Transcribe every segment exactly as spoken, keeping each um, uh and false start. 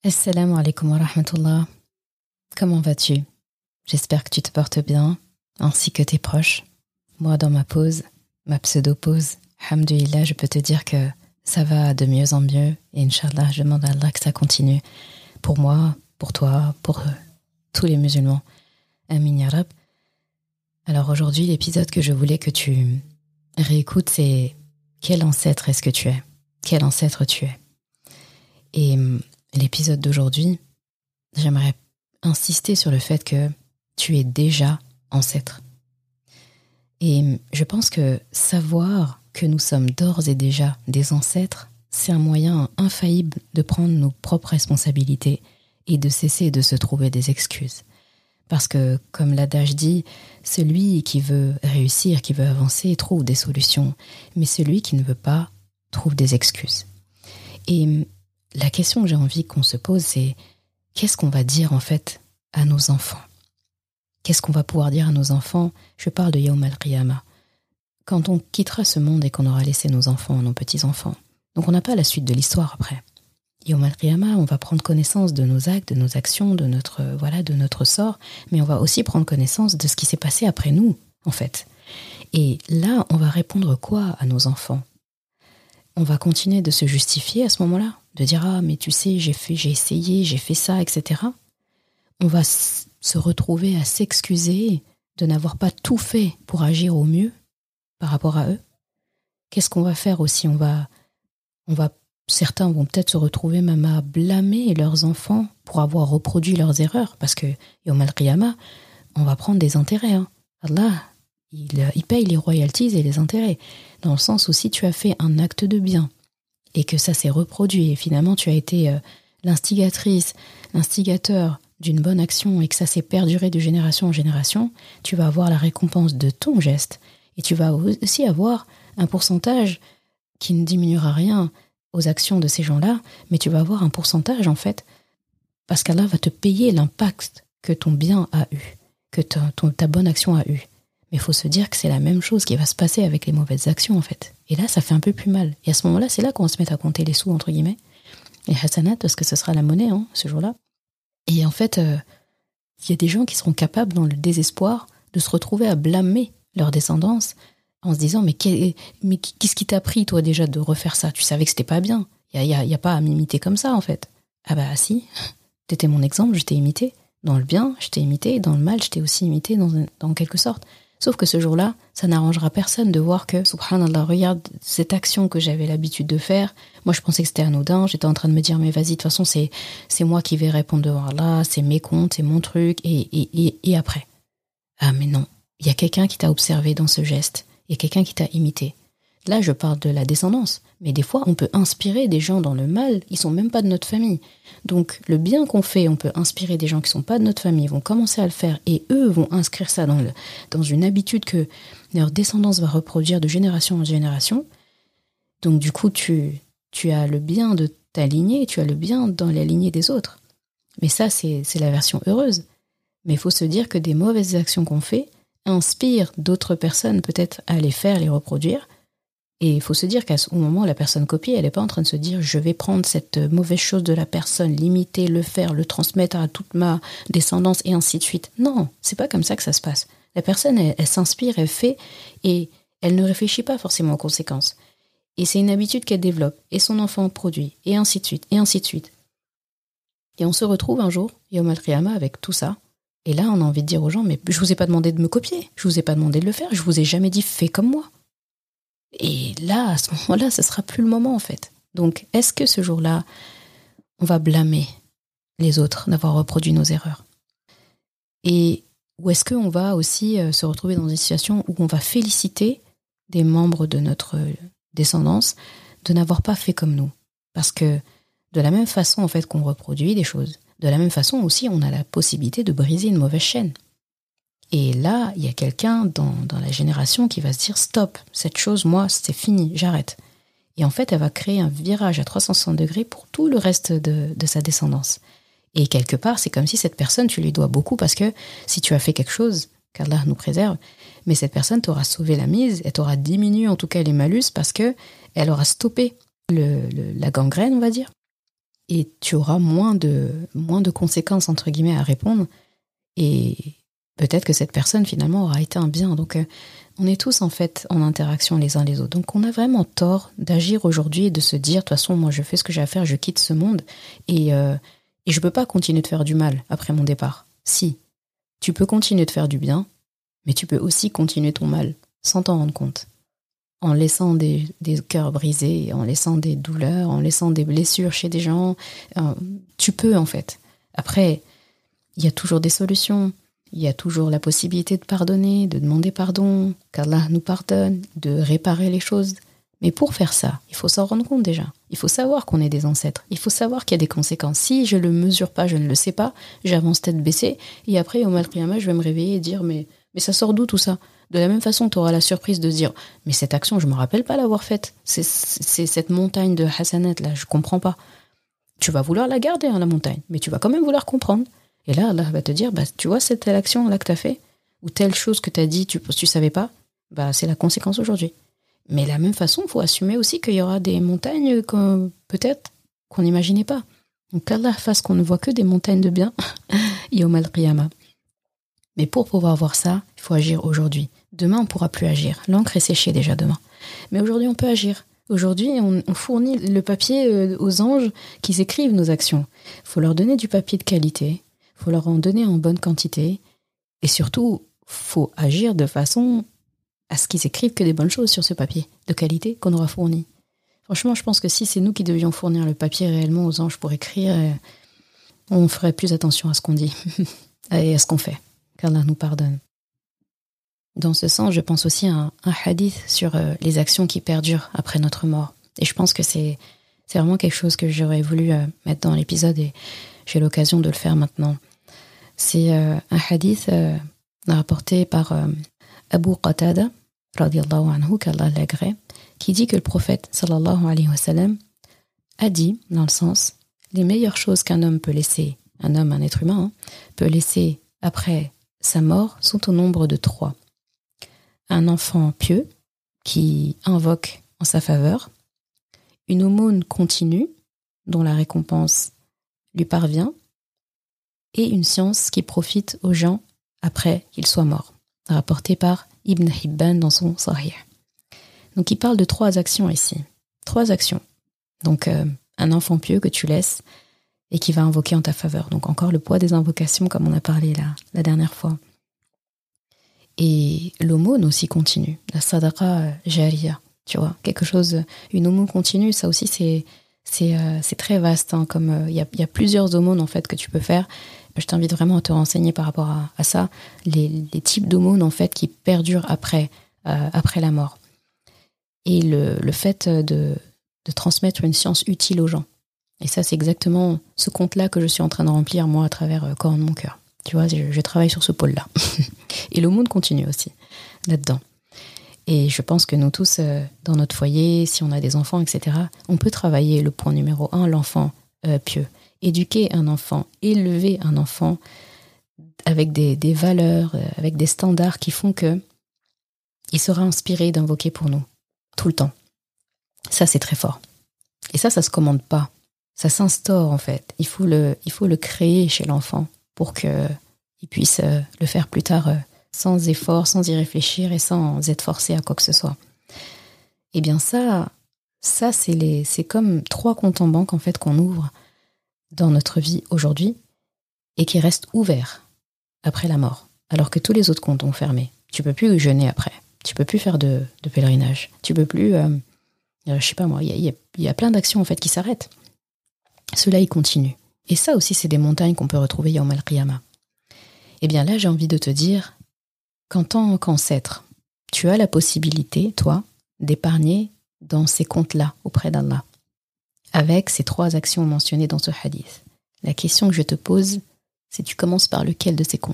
Assalamu alaikum wa rahmatullah. Comment vas-tu? J'espère que tu te portes bien, ainsi que tes proches. Moi, dans ma pause, ma pseudo-pause, alhamdoulilah, je peux te dire que ça va de mieux en mieux. Et Inch'Allah, je demande à Allah que ça continue. Pour moi, pour toi, pour euh, tous les musulmans. Amin ya Rab. Alors aujourd'hui, l'épisode que je voulais que tu réécoutes, c'est quel ancêtre est-ce que tu es? Quel ancêtre tu es? Et l'épisode d'aujourd'hui, j'aimerais insister sur le fait que tu es déjà ancêtre. Et je pense que savoir que nous sommes d'ores et déjà des ancêtres, c'est un moyen infaillible de prendre nos propres responsabilités et de cesser de se trouver des excuses. Parce que, comme l'adage dit, celui qui veut réussir, qui veut avancer, trouve des solutions. Mais celui qui ne veut pas, trouve des excuses. Et la question que j'ai envie qu'on se pose, c'est qu'est-ce qu'on va dire en fait à nos enfants? Qu'est-ce qu'on va pouvoir dire à nos enfants? Je parle de Yawm al-Qiyamah. Quand on quittera ce monde et qu'on aura laissé nos enfants, nos petits-enfants. Donc on n'a pas la suite de l'histoire après. Yawm al-Qiyamah, on va prendre connaissance de nos actes, de nos actions, de notre, voilà, de notre sort, mais on va aussi prendre connaissance de ce qui s'est passé après nous, en fait. Et là, on va répondre quoi à nos enfants? On va continuer de se justifier à ce moment-là, de dire « Ah, mais tu sais, j'ai fait, j'ai essayé, j'ai fait ça, et cetera » On va s- se retrouver à s'excuser de n'avoir pas tout fait pour agir au mieux par rapport à eux. Qu'est-ce qu'on va faire aussi? On va, on va, certains vont peut-être se retrouver même à blâmer leurs enfants pour avoir reproduit leurs erreurs, parce que Yawm al-Qiyamah, on va prendre des intérêts. Hein. Allah, il, il paye les royalties et les intérêts, dans le sens où si tu as fait un acte de bien et que ça s'est reproduit et finalement tu as été euh, l'instigatrice, l'instigateur d'une bonne action et que ça s'est perduré de génération en génération, tu vas avoir la récompense de ton geste et tu vas aussi avoir un pourcentage qui ne diminuera rien aux actions de ces gens-là, mais tu vas avoir un pourcentage en fait parce qu'Allah va te payer l'impact que ton bien a eu, que ta, ton, ta bonne action a eu. Mais il faut se dire que c'est la même chose qui va se passer avec les mauvaises actions, en fait. Et là, ça fait un peu plus mal. Et à ce moment-là, c'est là qu'on va se mettre à compter les sous, entre guillemets. Les hasanat, parce que ce sera la monnaie, hein, ce jour-là. Et en fait, il euh, y a des gens qui seront capables, dans le désespoir, de se retrouver à blâmer leur descendance en se disant « Mais qu'est-ce qui t'a pris, toi, déjà, de refaire ça? Tu savais que c'était pas bien. Il n'y a, y a, y a pas à m'imiter comme ça, en fait. » Ah bah si, t'étais mon exemple, je t'ai imité. Dans le bien, je t'ai imité. Dans le mal, je t'ai aussi imité, dans, dans quelque sorte. Sauf que ce jour-là, ça n'arrangera personne de voir que, subhanallah, regarde cette action que j'avais l'habitude de faire. Moi, je pensais que c'était anodin. J'étais en train de me dire, mais vas-y, de toute façon, c'est, c'est moi qui vais répondre devant Allah, c'est mes comptes, c'est mon truc, et, et, et, et après. Ah, mais non. Il y a quelqu'un qui t'a observé dans ce geste. Il y a quelqu'un qui t'a imité. Là, je parle de la descendance. Mais des fois, on peut inspirer des gens dans le mal. Ils sont même pas de notre famille. Donc, le bien qu'on fait, on peut inspirer des gens qui sont pas de notre famille, vont commencer à le faire, et eux vont inscrire ça dans, le, dans une habitude que leur descendance va reproduire de génération en génération. Donc, du coup, tu, tu as le bien de ta lignée, tu as le bien dans la lignée des autres. Mais ça, c'est, c'est la version heureuse. Mais il faut se dire que des mauvaises actions qu'on fait inspirent d'autres personnes peut-être à les faire, les reproduire. Et il faut se dire qu'à ce moment, la personne copie, elle n'est pas en train de se dire « je vais prendre cette mauvaise chose de la personne, l'imiter, le faire, le transmettre à toute ma descendance et ainsi de suite ». Non, c'est pas comme ça que ça se passe. La personne, elle, elle s'inspire, elle fait et elle ne réfléchit pas forcément aux conséquences. Et c'est une habitude qu'elle développe et son enfant produit et ainsi de suite, et ainsi de suite. Et on se retrouve un jour, Yawm al-Qiyamah, avec tout ça. Et là, on a envie de dire aux gens « mais je vous ai pas demandé de me copier, je vous ai pas demandé de le faire, je vous ai jamais dit « fais comme moi ». Et là, à ce moment-là, ce sera plus le moment, en fait. Donc, est-ce que ce jour-là, on va blâmer les autres d'avoir reproduit nos erreurs? Et ou est-ce qu'on va aussi se retrouver dans une situation où on va féliciter des membres de notre descendance de n'avoir pas fait comme nous? Parce que de la même façon, en fait, qu'on reproduit des choses, de la même façon aussi, on a la possibilité de briser une mauvaise chaîne. Et là, il y a quelqu'un dans, dans la génération qui va se dire « Stop, cette chose, moi, c'est fini, j'arrête ». Et en fait, elle va créer un virage à trois cent soixante degrés pour tout le reste de, de sa descendance. Et quelque part, c'est comme si cette personne, tu lui dois beaucoup parce que si tu as fait quelque chose, qu'Allah nous préserve, mais cette personne t'aura sauvé la mise, elle t'aura diminué en tout cas les malus parce que elle aura stoppé le, le, la gangrène, on va dire. et tu auras moins de, moins de conséquences, entre guillemets, à répondre. Et peut-être que cette personne, finalement, aura été un bien. Donc, euh, on est tous, en fait, en interaction les uns les autres. Donc, on a vraiment tort d'agir aujourd'hui et de se dire, de toute façon, moi, je fais ce que j'ai à faire, je quitte ce monde. Et, euh, et je ne peux pas continuer de faire du mal après mon départ. Si, tu peux continuer de faire du bien, mais tu peux aussi continuer ton mal, sans t'en rendre compte. En laissant des, des cœurs brisés, en laissant des douleurs, en laissant des blessures chez des gens. Euh, tu peux, en fait. Après, il y a toujours des solutions. Il y a toujours la possibilité de pardonner, de demander pardon, qu'Allah nous pardonne, de réparer les choses. Mais pour faire ça, il faut s'en rendre compte déjà. Il faut savoir qu'on est des ancêtres. Il faut savoir qu'il y a des conséquences. Si je ne le mesure pas, je ne le sais pas, j'avance tête baissée. Et après, au Yawm al-Qiyamah, je vais me réveiller et dire, mais, mais ça sort d'où tout ça ? De la même façon, tu auras la surprise de se dire, mais cette action, je ne me rappelle pas l'avoir faite. C'est, c'est cette montagne de hasanat, là, je ne comprends pas. Tu vas vouloir la garder, hein, la montagne, mais tu vas quand même vouloir comprendre. Et là, Allah va te dire, bah, tu vois cette telle action là que tu as fait, ou telle chose que tu as dit, tu ne savais pas, bah, c'est la conséquence aujourd'hui. Mais de la même façon, il faut assumer aussi qu'il y aura des montagnes qu'on, peut-être qu'on n'imaginait pas. Donc qu'Allah fasse qu'on ne voit que des montagnes de bien, Yawm al-Qiyamah. Mais pour pouvoir voir ça, il faut agir aujourd'hui. Demain, on ne pourra plus agir. L'encre est séchée déjà demain. Mais aujourd'hui, on peut agir. Aujourd'hui, on, on fournit le papier aux anges qui écrivent nos actions. Il faut leur donner du papier de qualité. Il faut leur en donner en bonne quantité. Et surtout, il faut agir de façon à ce qu'ils écrivent que des bonnes choses sur ce papier de qualité qu'on aura fourni. Franchement, je pense que si c'est nous qui devions fournir le papier réellement aux anges pour écrire, on ferait plus attention à ce qu'on dit et à ce qu'on fait. Qu'Allah nous pardonne. Dans ce sens, je pense aussi à un, un hadith sur euh, les actions qui perdurent après notre mort. Et je pense que c'est, c'est vraiment quelque chose que j'aurais voulu euh, mettre dans l'épisode et j'ai l'occasion de le faire maintenant. C'est euh, un hadith euh, rapporté par euh, Abu Qatada, radiyallahu anhu, qu'Allah l'agrée, qui dit que le prophète, sallallahu alayhi wa sallam, a dit, dans le sens, les meilleures choses qu'un homme peut laisser, un homme, un être humain, hein, peut laisser après sa mort sont au nombre de trois. Un enfant pieux qui invoque en sa faveur, une aumône continue dont la récompense lui parvient et une science qui profite aux gens après qu'ils soient morts, rapporté par Ibn Hibban dans son Sahih. Donc il parle de trois actions ici, trois actions. Donc euh, un enfant pieux que tu laisses et qui va invoquer en ta faveur. Donc encore le poids des invocations comme on a parlé là, la dernière fois. Et l'aumône aussi continue, la sadaqa jariya, tu vois, quelque chose, une aumône continue, ça aussi c'est c'est euh, c'est très vaste, hein, comme il euh, y a il y a plusieurs aumônes en fait que tu peux faire. Je t'invite vraiment à te renseigner par rapport à, à ça, les, les types d'aumônes en fait qui perdurent après euh, après la mort. Et le le fait de de transmettre une science utile aux gens. Et ça c'est exactement ce compte-là que je suis en train de remplir moi à travers euh, Coran de mon cœur. Tu vois, je, je travaille sur ce pôle-là. Et l'aumône continue aussi, là-dedans. Et je pense que nous tous, euh, dans notre foyer, si on a des enfants, et cetera, on peut travailler le point numéro un, l'enfant euh, pieux. Éduquer un enfant, élever un enfant avec des, des valeurs, euh, avec des standards qui font que il sera inspiré d'invoquer pour nous, tout le temps. Ça, c'est très fort. Et ça, ça se commande pas. Ça s'instaure, en fait. Il faut le, il faut le créer chez l'enfant pour qu'il puisse euh, le faire plus tard euh, sans effort, sans y réfléchir et sans être forcé à quoi que ce soit. Eh bien ça, ça c'est, les, c'est comme trois comptes en banque en fait qu'on ouvre dans notre vie aujourd'hui et qui restent ouverts après la mort, alors que tous les autres comptes ont fermé. Tu peux plus jeûner après, tu peux plus faire de, de pèlerinage, tu peux plus, euh, euh, je sais pas moi, il y a, y a plein d'actions en fait qui s'arrêtent. Cela y continue. Et ça aussi, c'est des montagnes qu'on peut retrouver Yawm al-Qiyamah. Eh bien là, j'ai envie de te dire qu'en tant qu'ancêtre, tu as la possibilité, toi, d'épargner dans ces comptes-là auprès d'Allah, avec ces trois actions mentionnées dans ce hadith. La question que je te pose, c'est tu commences par lequel de ces comptes ?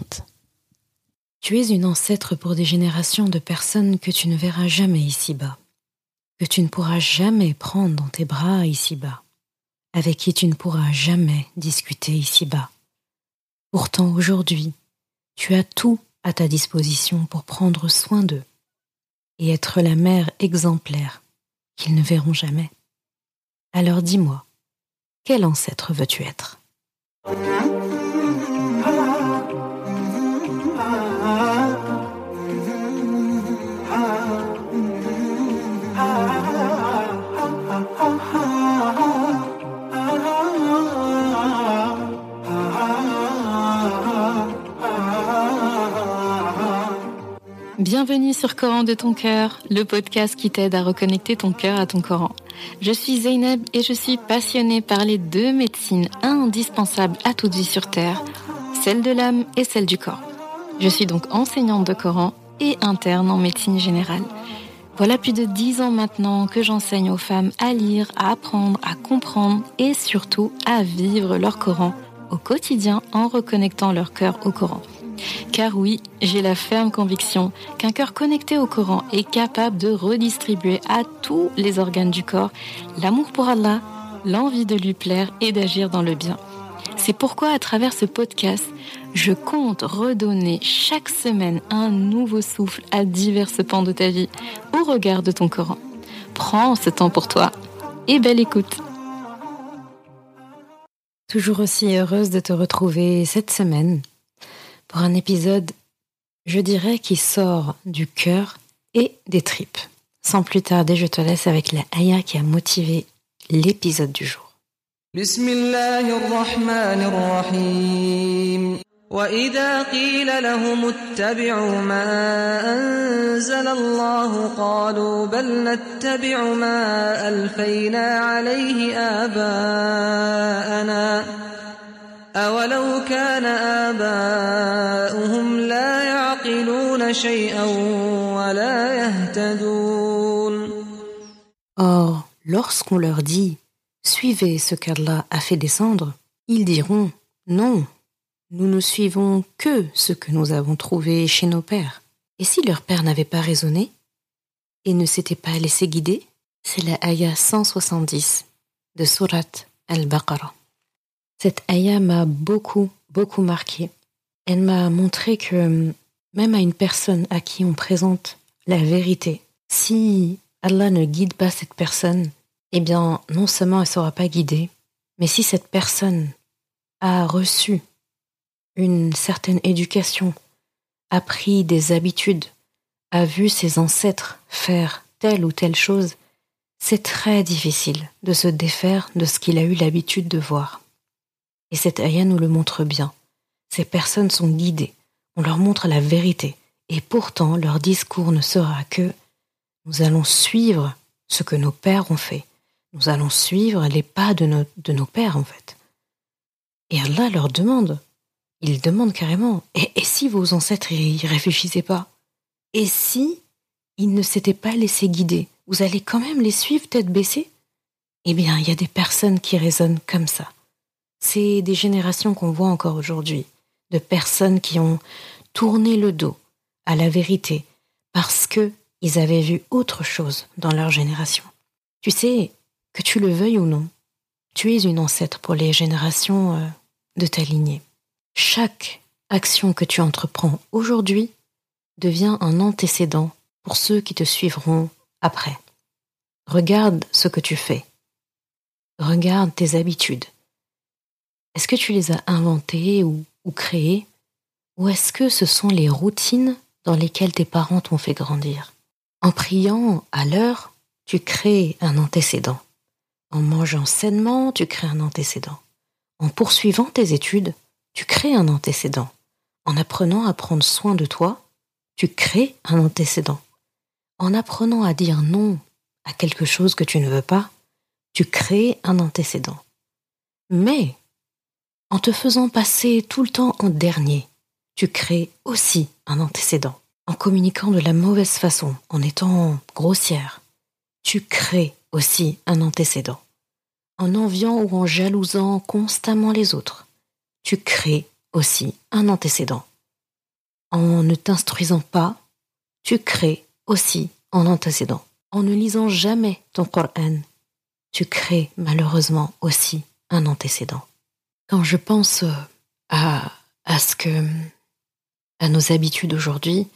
Tu es une ancêtre pour des générations de personnes que tu ne verras jamais ici-bas, que tu ne pourras jamais prendre dans tes bras ici-bas, avec qui tu ne pourras jamais discuter ici-bas. Pourtant aujourd'hui, tu as tout à ta disposition pour prendre soin d'eux et être la mère exemplaire qu'ils ne verront jamais. Alors dis-moi, quel ancêtre veux-tu être ? Bienvenue sur Coran de ton cœur, le podcast qui t'aide à reconnecter ton cœur à ton Coran. Je suis Zeynep et je suis passionnée par les deux médecines indispensables à toute vie sur Terre, celle de l'âme et celle du corps. Je suis donc enseignante de Coran et interne en médecine générale. Voilà plus de dix ans maintenant que j'enseigne aux femmes à lire, à apprendre, à comprendre et surtout à vivre leur Coran au quotidien en reconnectant leur cœur au Coran. Car oui, j'ai la ferme conviction qu'un cœur connecté au Coran est capable de redistribuer à tous les organes du corps l'amour pour Allah, l'envie de lui plaire et d'agir dans le bien. C'est pourquoi à travers ce podcast, je compte redonner chaque semaine un nouveau souffle à divers pans de ta vie au regard de ton Coran. Prends ce temps pour toi et belle écoute. Toujours aussi heureuse de te retrouver cette semaine pour un épisode, je dirais, qui sort du cœur et des tripes. Sans plus tarder, je te laisse avec la ayah qui a motivé l'épisode du jour. Bismillahirrahmanirrahim. وَإِذَا قِيلَ لَهُمُ اتَّبِعُوا مَا أَنزَلَ اللَّهُ قَالُوا بَلْ نَتَّبِعُ مَا أَلْفَيْنَا عَلَيْهِ آبَاءَنَا أَوَلَوْ كَانَ آبَاؤُهُمْ لَا يَعْقِلُونَ شَيْئًا وَلَا يَهْتَدُونَ. Or, lorsqu'on leur dit « Suivez ce qu'Allah a fait descendre », ils diront « Non, nous ne suivons que ce que nous avons trouvé chez nos pères. » Et si leurs pères n'avaient pas raisonné et ne s'étaient pas laissés guider, c'est la ayah cent soixante-dix de Sourate Al-Baqarah. Cette ayah m'a beaucoup, beaucoup marquée. Elle m'a montré que même à une personne à qui on présente la vérité, si Allah ne guide pas cette personne, eh bien, non seulement elle ne sera pas guidée, mais si cette personne a reçu une certaine éducation, a pris des habitudes, a vu ses ancêtres faire telle ou telle chose, c'est très difficile de se défaire de ce qu'il a eu l'habitude de voir. Et cette ayah nous le montre bien. Ces personnes sont guidées, on leur montre la vérité, et pourtant leur discours ne sera que « nous allons suivre ce que nos pères ont fait, nous allons suivre les pas de nos, de nos pères en fait ». Et Allah leur demande, il demande carrément et, « et si vos ancêtres y réfléchissaient pas ? Et si ils ne s'étaient pas laissés guider, vous allez quand même les suivre tête baissée ?» Eh bien, il y a des personnes qui raisonnent comme ça. C'est des générations qu'on voit encore aujourd'hui, de personnes qui ont tourné le dos à la vérité parce qu'ils avaient vu autre chose dans leur génération. Tu sais, que tu le veuilles ou non, tu es une ancêtre pour les générations euh, de ta lignée. Chaque action que tu entreprends aujourd'hui devient un antécédent pour ceux qui te suivront après. Regarde ce que tu fais. Regarde tes habitudes. Est-ce que tu les as inventées ou, ou créées, ou est-ce que ce sont les routines dans lesquelles tes parents t'ont fait grandir ? En priant à l'heure, tu crées un antécédent. En mangeant sainement, tu crées un antécédent. En poursuivant tes études, tu crées un antécédent. En apprenant à prendre soin de toi, tu crées un antécédent. En apprenant à dire non à quelque chose que tu ne veux pas, tu crées un antécédent. Mais en te faisant passer tout le temps en dernier, tu crées aussi un antécédent. En communiquant de la mauvaise façon, en étant grossière, tu crées aussi un antécédent. En enviant ou en jalousant constamment les autres, tu crées aussi un antécédent. En ne t'instruisant pas, tu crées aussi un antécédent. En ne lisant jamais ton Coran, tu crées malheureusement aussi un antécédent. Quand je pense à, à ce que, à nos habitudes aujourd'hui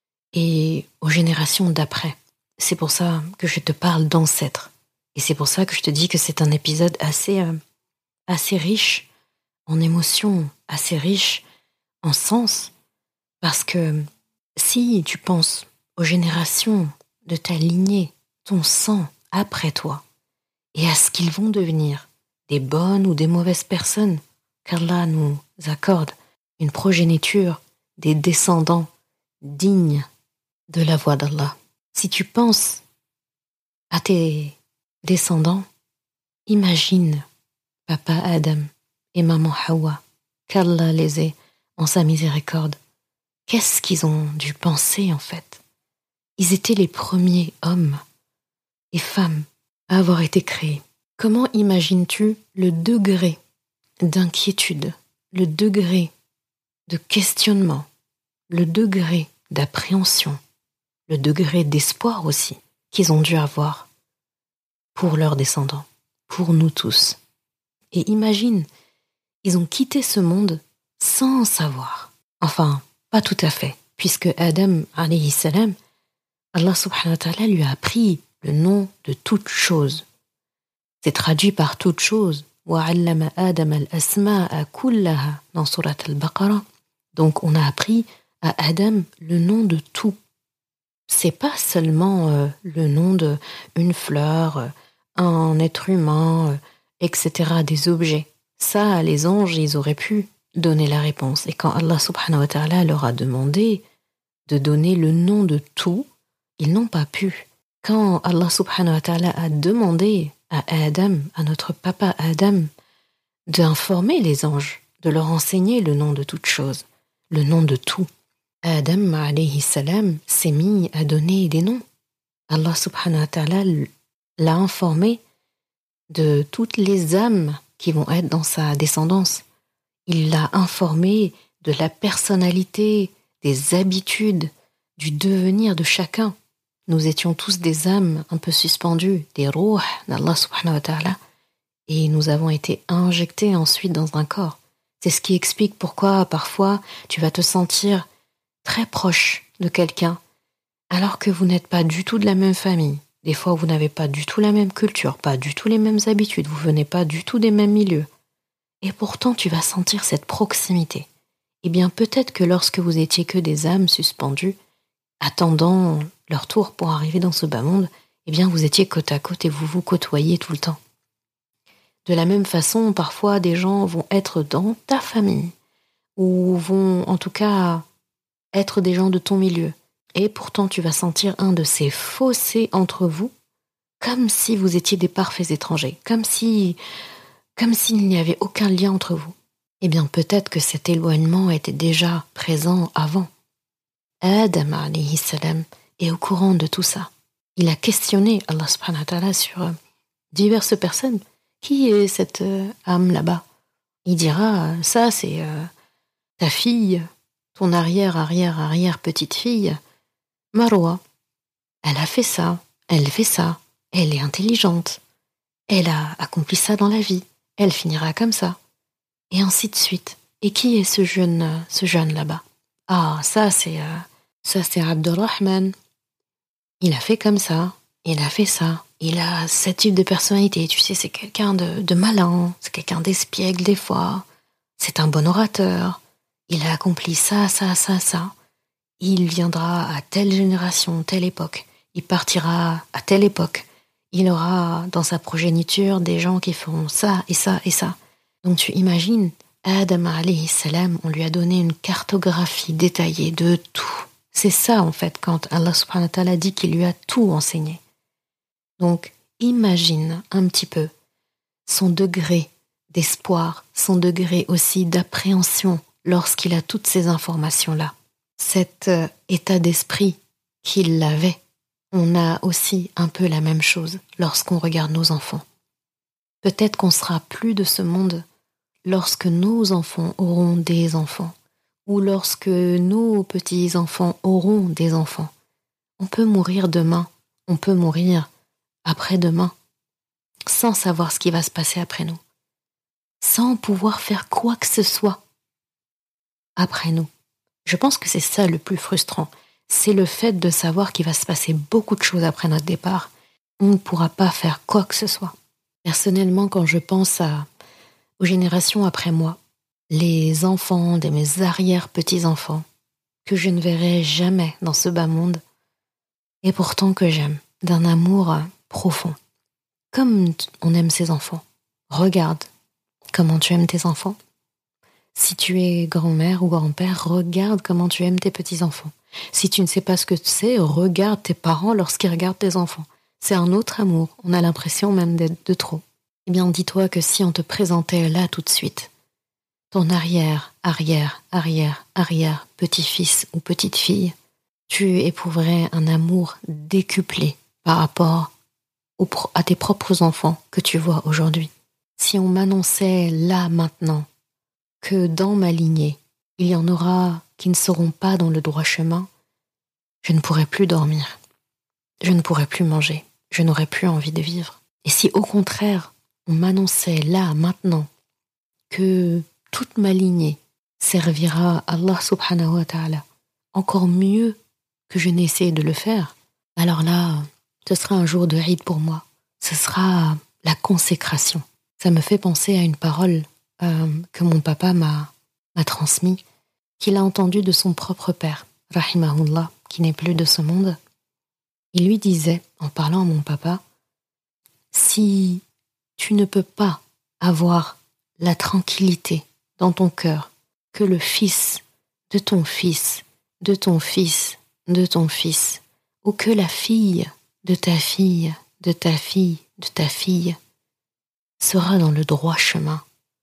et aux générations d'après, c'est pour ça que je te parle d'ancêtres. Et c'est pour ça que je te dis que c'est un épisode assez, euh, assez riche en émotions, assez riche en sens, parce que si tu penses aux générations de ta lignée, ton sang après toi, et à ce qu'ils vont devenir, des bonnes ou des mauvaises personnes, qu'Allah nous accorde une progéniture, des descendants dignes de la voie d'Allah. Si tu penses à tes descendants, imagine papa Adam et maman Hawa, qu'Allah les ait en sa miséricorde. Qu'est-ce qu'ils ont dû penser en fait? Ils étaient les premiers hommes et femmes à avoir été créés. Comment imagines-tu le degré d'inquiétude, le degré de questionnement, le degré d'appréhension, le degré d'espoir aussi qu'ils ont dû avoir pour leurs descendants, pour nous tous. Et imagine, ils ont quitté ce monde sans savoir. Enfin, pas tout à fait, puisque Adam, alayhi salam, Allah subhanahu wa ta'ala lui a appris le nom de toute chose. C'est traduit par toute chose. وَعَلَّمَ آدَمَ الْأَسْمَاءَ كُلَّهَا dans Surat al-Baqarah. Donc on a appris à Adam le nom de tout. C'est pas seulement euh, le nom d'une fleur, euh, un être humain, euh, et cetera, des objets. Ça, les anges, ils auraient pu donner la réponse. Et quand Allah subhanahu wa ta'ala leur a demandé de donner le nom de tout, ils n'ont pas pu. Quand Allah subhanahu wa ta'ala a demandé à Adam, à notre papa Adam, d'informer les anges, de leur enseigner le nom de toute chose, le nom de tout, Adam alayhi salam s'est mis à donner des noms. Allah subhanahu wa ta'ala l'a informé de toutes les âmes qui vont être dans sa descendance. Il l'a informé de la personnalité, des habitudes, du devenir de chacun. Nous étions tous des âmes un peu suspendues, des rouhs d'Allah subhanahu wa ta'ala, et nous avons été injectés ensuite dans un corps. C'est ce qui explique pourquoi parfois tu vas te sentir très proche de quelqu'un, alors que vous n'êtes pas du tout de la même famille. Des fois, vous n'avez pas du tout la même culture, pas du tout les mêmes habitudes, vous venez pas du tout des mêmes milieux. Et pourtant, tu vas sentir cette proximité. Eh bien, peut-être que lorsque vous étiez que des âmes suspendues, attendant leur tour pour arriver dans ce bas monde, eh bien, vous étiez côte à côte et vous vous côtoyez tout le temps. De la même façon, parfois, des gens vont être dans ta famille, ou vont, en tout cas, être des gens de ton milieu. Et pourtant, tu vas sentir un de ces fossés entre vous, comme si vous étiez des parfaits étrangers, comme si, comme s'il n'y avait aucun lien entre vous. Eh bien, peut-être que cet éloignement était déjà présent avant. Adam alayhi salam est au courant de tout ça. Il a questionné Allah subhanahu wa ta'ala sur diverses personnes. Qui est cette euh, âme là-bas? Il dira, ça c'est euh, ta fille, ton arrière-arrière-arrière petite-fille, Marwa. Elle a fait ça, elle fait ça, elle est intelligente, elle a accompli ça dans la vie, elle finira comme ça, et ainsi de suite. Et qui est ce jeune, ce jeune là-bas? Ah, ça c'est, euh, ça c'est Abdurrahman. Il a fait comme ça, il a fait ça. Il a ce type de personnalité, tu sais, c'est quelqu'un de, de malin, c'est quelqu'un d'espiègle des fois, c'est un bon orateur, il a accompli ça, ça, ça, ça. Il viendra à telle génération, telle époque, il partira à telle époque, il aura dans sa progéniture des gens qui feront ça et ça et ça. Donc tu imagines, Adam alayhi salam, on lui a donné une cartographie détaillée de tout. C'est ça en fait quand Allah subhanahu wa ta'ala dit qu'il lui a tout enseigné. Donc, imagine un petit peu son degré d'espoir, son degré aussi d'appréhension lorsqu'il a toutes ces informations-là. Cet euh, état d'esprit qu'il avait, on a aussi un peu la même chose lorsqu'on regarde nos enfants. Peut-être qu'on sera plus de ce monde lorsque nos enfants auront des enfants, ou lorsque nos petits-enfants auront des enfants. On peut mourir demain, on peut mourir après-demain, sans savoir ce qui va se passer après nous, sans pouvoir faire quoi que ce soit après nous. Je pense que c'est ça le plus frustrant, c'est le fait de savoir qu'il va se passer beaucoup de choses après notre départ. On ne pourra pas faire quoi que ce soit. Personnellement, quand je pense à, aux générations après moi, les enfants de mes arrière-petits-enfants, que je ne verrai jamais dans ce bas monde, et pourtant que j'aime, d'un amour profond. Comme on aime ses enfants. Regarde comment tu aimes tes enfants. Si tu es grand-mère ou grand-père, regarde comment tu aimes tes petits-enfants. Si tu ne sais pas ce que c'est, regarde tes parents lorsqu'ils regardent tes enfants. C'est un autre amour, on a l'impression même d'être de trop. Eh bien, dis-toi que si on te présentait là tout de suite, ton arrière, arrière, arrière, arrière, petit-fils ou petite-fille, tu éprouverais un amour décuplé par rapport aux, à tes propres enfants que tu vois aujourd'hui. Si on m'annonçait là, maintenant, que dans ma lignée, il y en aura qui ne seront pas dans le droit chemin, je ne pourrais plus dormir, je ne pourrais plus manger, je n'aurais plus envie de vivre. Et si au contraire, on m'annonçait là, maintenant, que toute ma lignée servira Allah subhanahu wa ta'ala encore mieux que je n'ai essayé de le faire, alors là, ce sera un jour de Eid pour moi. Ce sera la consécration. Ça me fait penser à une parole euh, que mon papa m'a, m'a transmise, qu'il a entendue de son propre père, rahimahullah, qui n'est plus de ce monde. Il lui disait, en parlant à mon papa, si tu ne peux pas avoir la tranquillité dans ton cœur que le fils de ton fils, de ton fils, de ton fils, ou que la fille de ta fille, de ta fille, de ta fille, sera dans le droit chemin,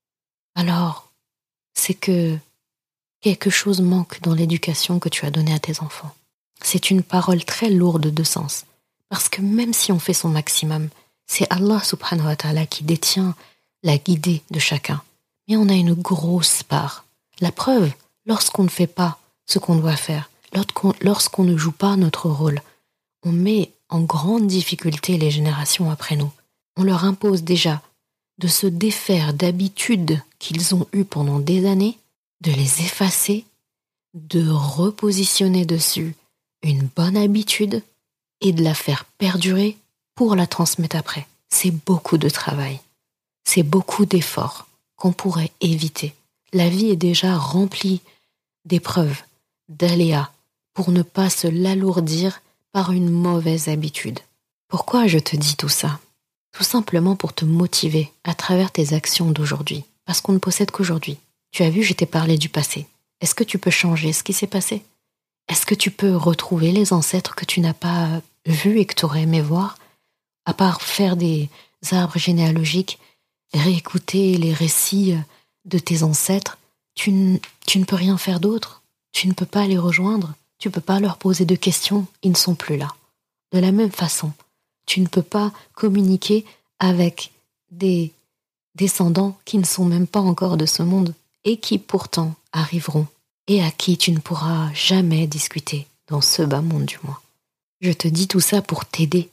alors c'est que quelque chose manque dans l'éducation que tu as donnée à tes enfants. C'est une parole très lourde de sens, parce que même si on fait son maximum, c'est Allah subhanahu wa ta'ala qui détient la guidée de chacun. Mais on a une grosse part. La preuve, lorsqu'on ne fait pas ce qu'on doit faire, lorsqu'on, lorsqu'on ne joue pas notre rôle, on met en grande difficulté les générations après nous. On leur impose déjà de se défaire d'habitudes qu'ils ont eues pendant des années, de les effacer, de repositionner dessus une bonne habitude et de la faire perdurer pour la transmettre après. C'est beaucoup de travail, c'est beaucoup d'efforts qu'on pourrait éviter. La vie est déjà remplie d'épreuves, d'aléas, pour ne pas se l'alourdir par une mauvaise habitude. Pourquoi je te dis tout ça ? Tout simplement pour te motiver à travers tes actions d'aujourd'hui. Parce qu'on ne possède qu'aujourd'hui. Tu as vu, je t'ai parlé du passé. Est-ce que tu peux changer ce qui s'est passé ? Est-ce que tu peux retrouver les ancêtres que tu n'as pas vus et que tu aurais aimé voir ? À part faire des arbres généalogiques, réécouter les récits de tes ancêtres, tu, n- tu ne peux rien faire d'autre. Tu ne peux pas les rejoindre. Tu ne peux pas leur poser de questions. Ils ne sont plus là. De la même façon, tu ne peux pas communiquer avec des descendants qui ne sont même pas encore de ce monde et qui pourtant arriveront et à qui tu ne pourras jamais discuter dans ce bas monde du moins. Je te dis tout ça pour t'aider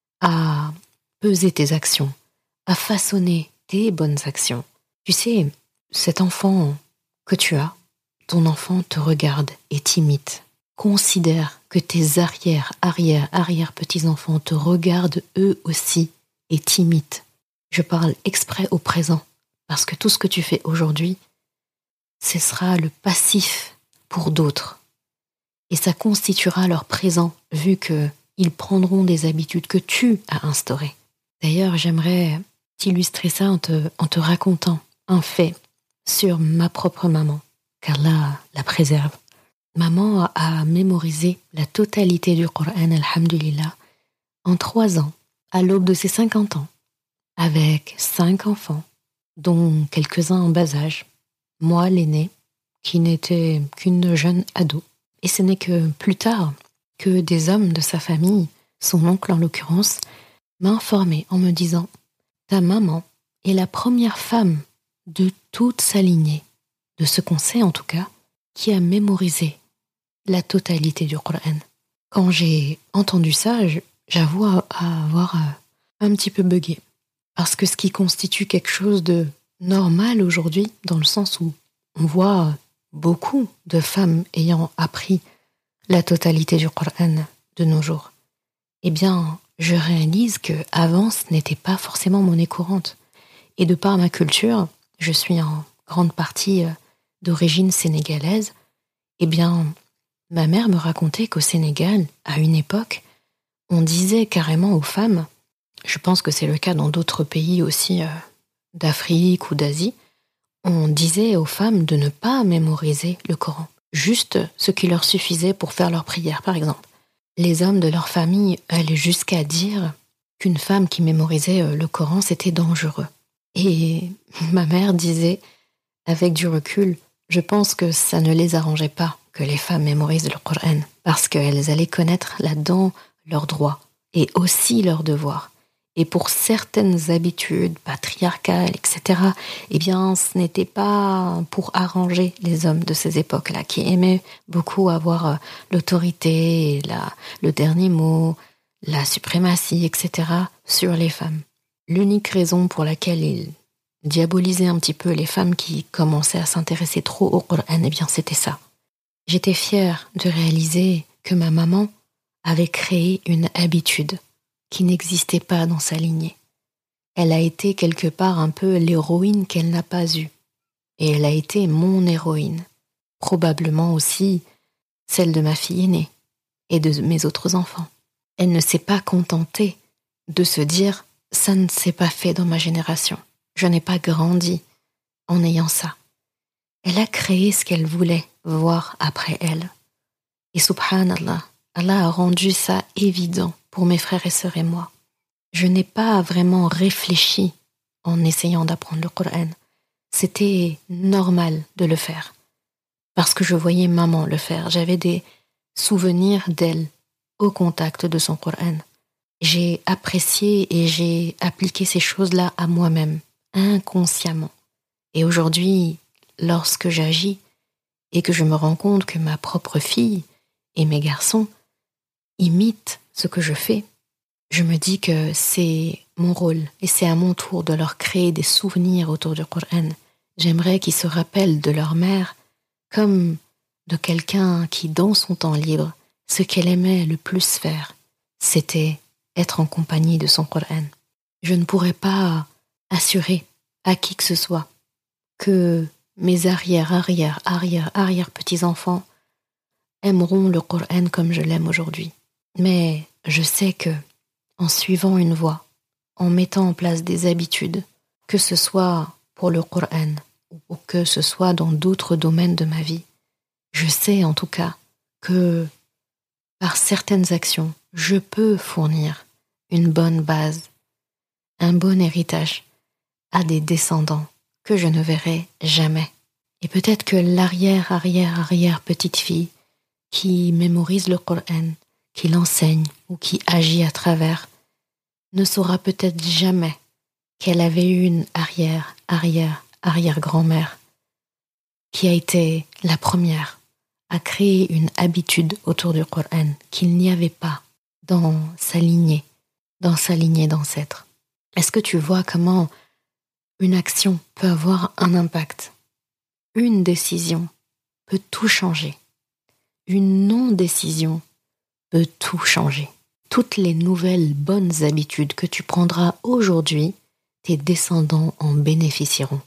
à peser tes actions, à façonner tes bonnes actions. Tu sais, cet enfant que tu as, ton enfant te regarde et t'imite. Considère que tes arrière, arrière, arrière petits-enfants te regardent eux aussi et t'imitent. Je parle exprès au présent, parce que tout ce que tu fais aujourd'hui, ce sera le passif pour d'autres. Et ça constituera leur présent, vu qu'ils prendront des habitudes que tu as instaurées. D'ailleurs, j'aimerais t'illustrer ça en te, en te racontant un fait sur ma propre maman, qu'Allah la préserve. Maman a mémorisé la totalité du Coran, alhamdulillah, en trois ans, à l'aube de ses cinquante ans, avec cinq enfants, dont quelques-uns en bas âge. Moi, l'aînée, qui n'était qu'une jeune ado. Et ce n'est que plus tard que des hommes de sa famille, son oncle en l'occurrence, m'a informé en me disant « Ta maman est la première femme de toute sa lignée, de ce qu'on sait en tout cas, qui a mémorisé la totalité du Coran. » Quand j'ai entendu ça, j'avoue avoir un petit peu bugué. Parce que ce qui constitue quelque chose de normal aujourd'hui, dans le sens où on voit beaucoup de femmes ayant appris la totalité du Coran de nos jours, eh bien, je réalise que avant ce n'était pas forcément monnaie courante. Et de par ma culture, je suis en grande partie euh, d'origine sénégalaise, eh bien, ma mère me racontait qu'au Sénégal, à une époque, on disait carrément aux femmes, je pense que c'est le cas dans d'autres pays aussi euh, d'Afrique ou d'Asie, on disait aux femmes de ne pas mémoriser le Coran, juste ce qui leur suffisait pour faire leur prière, par exemple. Les hommes de leur famille allaient jusqu'à dire qu'une femme qui mémorisait le Coran, c'était dangereux. Et ma mère disait, avec du recul, je pense que ça ne les arrangeait pas que les femmes mémorisent le Coran, parce qu'elles allaient connaître là-dedans leurs droits et aussi leurs devoirs. Et pour certaines habitudes patriarcales, et cetera, eh bien, ce n'était pas pour arranger les hommes de ces époques-là, qui aimaient beaucoup avoir l'autorité, la, le dernier mot, la suprématie, et cetera, sur les femmes. L'unique raison pour laquelle ils diabolisaient un petit peu les femmes qui commençaient à s'intéresser trop au Coran, eh bien, c'était ça. J'étais fière de réaliser que ma maman avait créé une habitude qui n'existait pas dans sa lignée. Elle a été quelque part un peu l'héroïne qu'elle n'a pas eue. Et elle a été mon héroïne. Probablement aussi celle de ma fille aînée et de mes autres enfants. Elle ne s'est pas contentée de se dire « ça ne s'est pas fait dans ma génération. Je n'ai pas grandi en ayant ça. » Elle a créé ce qu'elle voulait voir après elle. Et subhanallah, Allah a rendu ça évident pour mes frères et sœurs et moi. Je n'ai pas vraiment réfléchi en essayant d'apprendre le Coran. C'était normal de le faire. Parce que je voyais maman le faire. J'avais des souvenirs d'elle au contact de son Coran. J'ai apprécié et j'ai appliqué ces choses-là à moi-même, inconsciemment. Et aujourd'hui, lorsque j'agis et que je me rends compte que ma propre fille et mes garçons imitent ce que je fais, je me dis que c'est mon rôle et c'est à mon tour de leur créer des souvenirs autour du Coran. J'aimerais qu'ils se rappellent de leur mère comme de quelqu'un qui, dans son temps libre, ce qu'elle aimait le plus faire, c'était être en compagnie de son Coran. Je ne pourrais pas assurer à qui que ce soit que mes arrière, arrière, arrière, arrière petits-enfants aimeront le Coran comme je l'aime aujourd'hui. Mais je sais que, en suivant une voie, en mettant en place des habitudes, que ce soit pour le Coran ou que ce soit dans d'autres domaines de ma vie, je sais en tout cas que par certaines actions, je peux fournir une bonne base, un bon héritage à des descendants que je ne verrai jamais. Et peut-être que l'arrière, arrière, arrière petite fille qui mémorise le Coran, qui l'enseigne ou qui agit à travers, ne saura peut-être jamais qu'elle avait eu une arrière, arrière, arrière-grand-mère qui a été la première à créer une habitude autour du Coran qu'il n'y avait pas dans sa lignée, dans sa lignée d'ancêtres. Est-ce que tu vois comment une action peut avoir un impact? Une décision peut tout changer. Une non-décision peut tout changer. Toutes les nouvelles bonnes habitudes que tu prendras aujourd'hui, tes descendants en bénéficieront.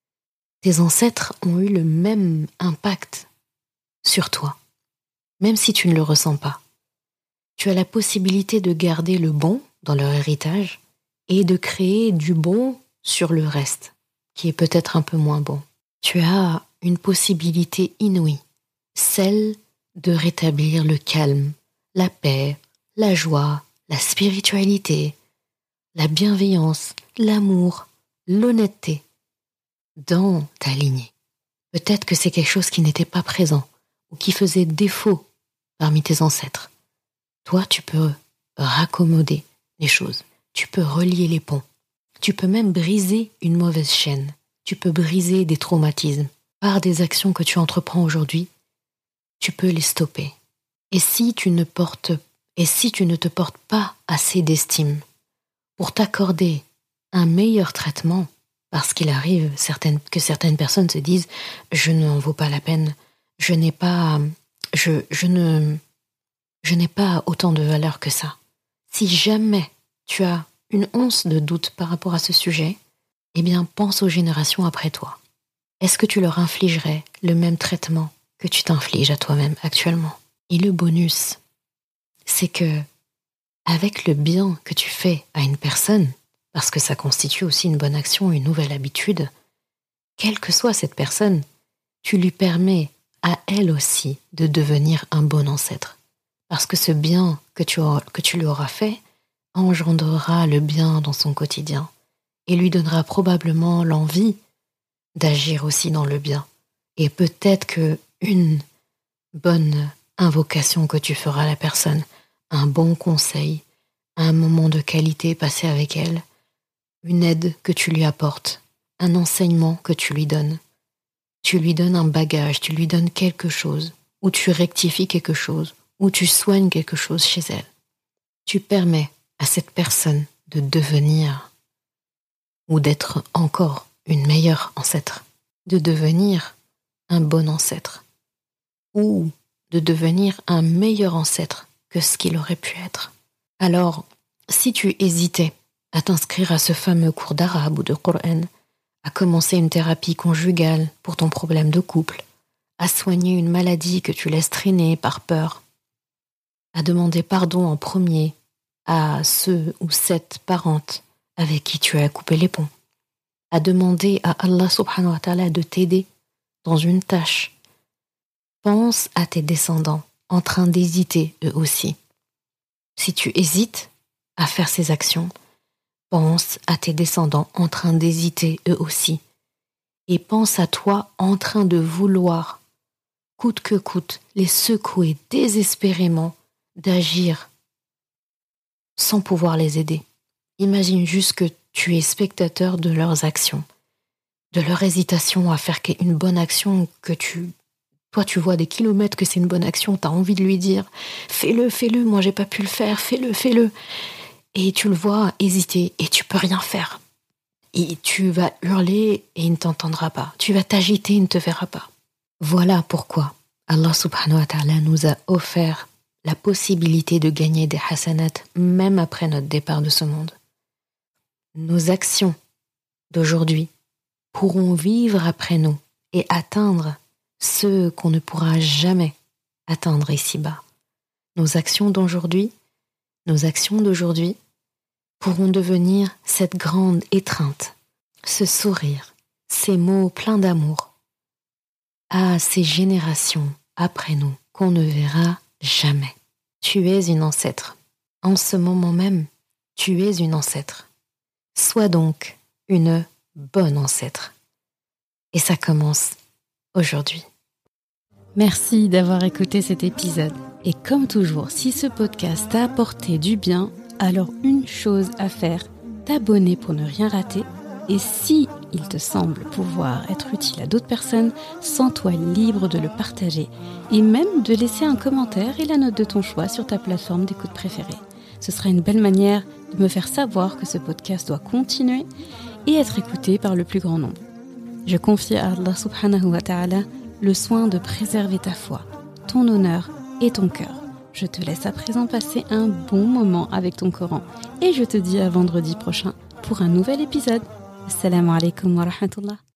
Tes ancêtres ont eu le même impact sur toi, même si tu ne le ressens pas. Tu as la possibilité de garder le bon dans leur héritage et de créer du bon sur le reste, qui est peut-être un peu moins bon. Tu as une possibilité inouïe, celle de rétablir le calme, la paix, la joie, la spiritualité, la bienveillance, l'amour, l'honnêteté dans ta lignée. Peut-être que c'est quelque chose qui n'était pas présent ou qui faisait défaut parmi tes ancêtres. Toi, tu peux raccommoder les choses, tu peux relier les ponts, tu peux même briser une mauvaise chaîne, tu peux briser des traumatismes. Par des actions que tu entreprends aujourd'hui, tu peux les stopper. Et si tu ne portes, et si tu ne te portes pas assez d'estime pour t'accorder un meilleur traitement, parce qu'il arrive certaines, que certaines personnes se disent « je n'en vaux pas la peine, je n'ai pas, je, je ne, je n'ai pas autant de valeur que ça ». Si jamais tu as une once de doute par rapport à ce sujet, eh bien, pense aux générations après toi. Est-ce que tu leur infligerais le même traitement que tu t'infliges à toi-même actuellement? Et le bonus, c'est que, avec le bien que tu fais à une personne, parce que ça constitue aussi une bonne action, une nouvelle habitude, quelle que soit cette personne, tu lui permets à elle aussi de devenir un bon ancêtre. Parce que ce bien que tu, auras, que tu lui auras fait engendrera le bien dans son quotidien et lui donnera probablement l'envie d'agir aussi dans le bien. Et peut-être que une bonne invocation que tu feras à la personne, un bon conseil, un moment de qualité passé avec elle, une aide que tu lui apportes, un enseignement que tu lui donnes. Tu lui donnes un bagage, tu lui donnes quelque chose, ou tu rectifies quelque chose, ou tu soignes quelque chose chez elle. Tu permets à cette personne de devenir, ou d'être encore une meilleure ancêtre, de devenir un bon ancêtre, ou de devenir un meilleur ancêtre que ce qu'il aurait pu être. Alors, si tu hésitais à t'inscrire à ce fameux cours d'arabe ou de Coran, à commencer une thérapie conjugale pour ton problème de couple, à soigner une maladie que tu laisses traîner par peur, à demander pardon en premier à ceux ou cette parente avec qui tu as coupé les ponts, à demander à Allah subhanahu wa ta'ala de t'aider dans une tâche. Pense à tes descendants en train d'hésiter eux aussi. Si tu hésites à faire ces actions, pense à tes descendants en train d'hésiter eux aussi. Et pense à toi en train de vouloir, coûte que coûte, les secouer désespérément d'agir sans pouvoir les aider. Imagine juste que tu es spectateur de leurs actions, de leur hésitation à faire une bonne action que tu... Toi, tu vois des kilomètres que c'est une bonne action, tu as envie de lui dire « Fais-le, fais-le, moi j'ai pas pu le faire, fais-le, fais-le ». Et tu le vois hésiter et tu peux rien faire. Et tu vas hurler et il ne t'entendra pas. Tu vas t'agiter et il ne te verra pas. Voilà pourquoi Allah subhanahu wa ta'ala nous a offert la possibilité de gagner des hasanat même après notre départ de ce monde. Nos actions d'aujourd'hui pourront vivre après nous et atteindre ce qu'on ne pourra jamais atteindre ici-bas. Nos actions d'aujourd'hui, nos actions d'aujourd'hui pourront devenir cette grande étreinte, ce sourire, ces mots pleins d'amour à ces générations après nous qu'on ne verra jamais. Tu es une ancêtre. En ce moment même, tu es une ancêtre. Sois donc une bonne ancêtre. Et ça commence aujourd'hui. Merci d'avoir écouté cet épisode. Et comme toujours, si ce podcast t'a apporté du bien, alors une chose à faire, t'abonner pour ne rien rater. Et si il te semble pouvoir être utile à d'autres personnes, sens-toi libre de le partager et même de laisser un commentaire et la note de ton choix sur ta plateforme d'écoute préférée. Ce sera une belle manière de me faire savoir que ce podcast doit continuer et être écouté par le plus grand nombre. Je confie à Allah subhanahu wa ta'ala le soin de préserver ta foi, ton honneur et ton cœur. Je te laisse à présent passer un bon moment avec ton Coran et je te dis à vendredi prochain pour un nouvel épisode. Assalamu alaikum wa rahmatullah.